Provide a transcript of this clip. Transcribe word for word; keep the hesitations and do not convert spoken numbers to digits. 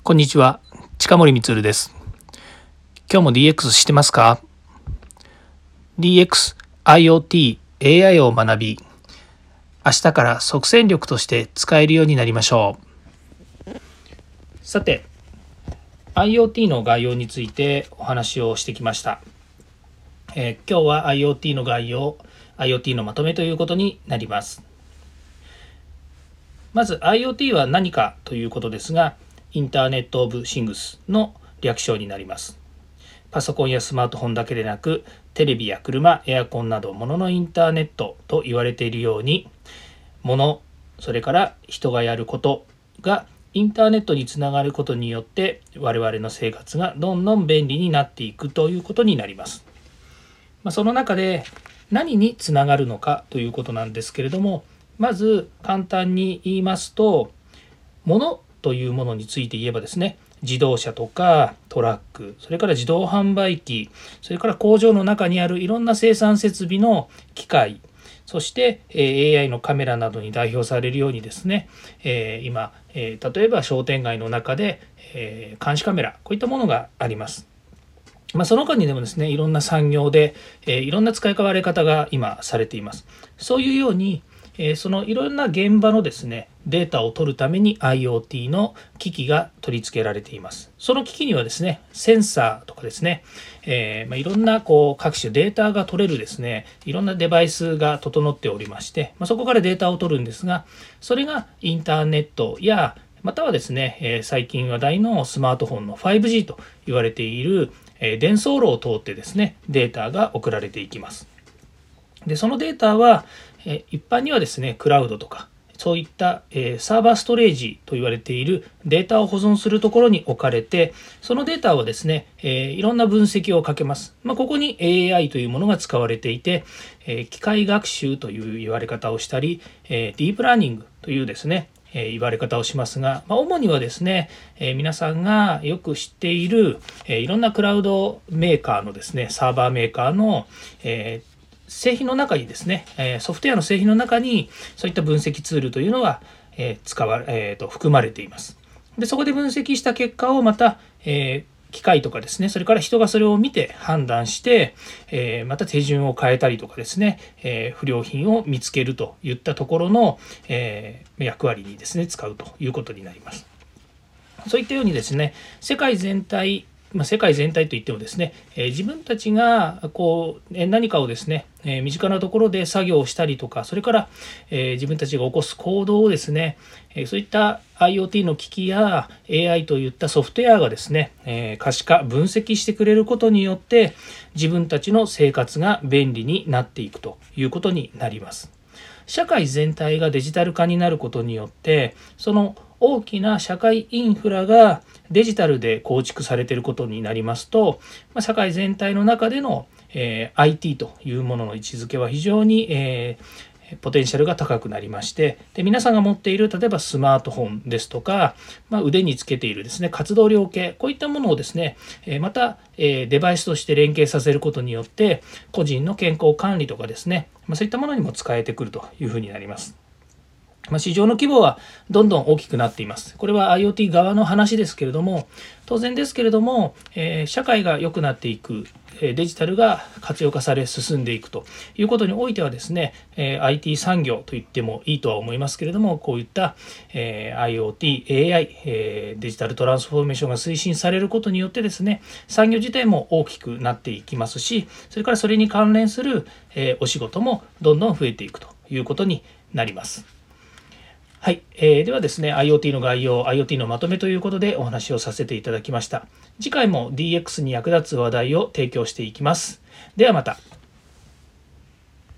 こんにちは、近森光です。今日も ディーエックス してますか？ ディーエックス、アイオーティー、エーアイ を学び、明日から即戦力として使えるようになりましょう。さて、アイオーティー の概要についてお話をしてきました。えー、今日は アイオーティー の概要、アイオーティー のまとめということになります。まず アイオーティー は何かということですが、インターネット・オブ・シングスの略称になります。パソコンやスマートフォンだけでなく、テレビや車、エアコンなど物のインターネットと言われているように、物、それから人がやることがインターネットにつながることによって我々の生活がどんどん便利になっていくということになります。まあ、その中で何につながるのかということなんですけれども、まず簡単に言いますと、物というものについて言えばですね、自動車とかトラック、それから自動販売機、それから工場の中にあるいろんな生産設備の機械、そして エーアイ のカメラなどに代表されるようにですね、今例えば商店街の中で監視カメラ、こういったものがあります。まあ、その他にでもですね、いろんな産業でいろんな使い変わり方が今されています。そういうようにそのいろんな現場のですね、データを取るために アイオーティー の機器が取り付けられています。その機器にはですね、センサーとかですね、えーまあ、いろんなこう各種データが取れるですね、いろんなデバイスが整っておりまして、まあ、そこからデータを取るんですが、それがインターネットやまたはですね、えー、最近話題のスマートフォンの ファイブジー と言われている、えー、伝送路を通ってですね、データが送られていきます。で、そのデータはえ一般にはですね、クラウドとかそういった、えー、サーバーストレージと言われているデータを保存するところに置かれて、そのデータをですね、えー、いろんな分析をかけます。まあ、ここに エーアイ というものが使われていて、えー、機械学習という言われ方をしたり、えー、ディープラーニングというですね、えー、言われ方をしますが、まあ、主にはですね、えー、皆さんがよく知っている、えー、いろんなクラウドメーカーのですね、サーバーメーカーの、えー製品の中にですね、ソフトウェアの製品の中にそういった分析ツールというのが使わ、えー、と含まれています。で、そこで分析した結果をまた、えー、機械とかですね、それから人がそれを見て判断して、えー、また手順を変えたりとかですね、えー、不良品を見つけるといったところの、えー、役割にですね、使うということになります。そういったようにですね、世界全体まあ、世界全体といってもですね、えー、自分たちがこう何かをですね、えー、身近なところで作業をしたりとか、それから、えー、自分たちが起こす行動をですね、えー、そういった アイオーティー の機器や エーアイ といったソフトウェアがですね、えー、可視化、分析してくれることによって自分たちの生活が便利になっていくということになります。社会全体がデジタル化になることによって、その大きな社会インフラがデジタルで構築されていることになりますと、まあ、社会全体の中での、えー、アイティー というものの位置づけは非常に、えー、ポテンシャルが高くなりまして、で皆さんが持っている例えばスマートフォンですとか、まあ、腕につけているですね、活動量計、こういったものをですね、えー、また、えー、デバイスとして連携させることによって個人の健康管理とかですね、まあ、そういったものにも使えてくるというふうになります。まあ、市場の規模はどんどん大きくなっています。これは アイオーティー 側の話ですけれども、当然ですけれども、えー、社会が良くなっていく、デジタルが活用化され進んでいくということにおいてはですね、えー、アイティー 産業と言ってもいいとは思いますけれども、こういった、えー、アイオーティー、エーアイ、えー、デジタルトランスフォーメーションが推進されることによってですね、産業自体も大きくなっていきますし、それからそれに関連する、えー、お仕事もどんどん増えていくということになります。はい、えー、ではですね、アイオーティー の概要、アイオーティー のまとめということでお話をさせていただきました。次回も ディーエックス に役立つ話題を提供していきます。ではまた。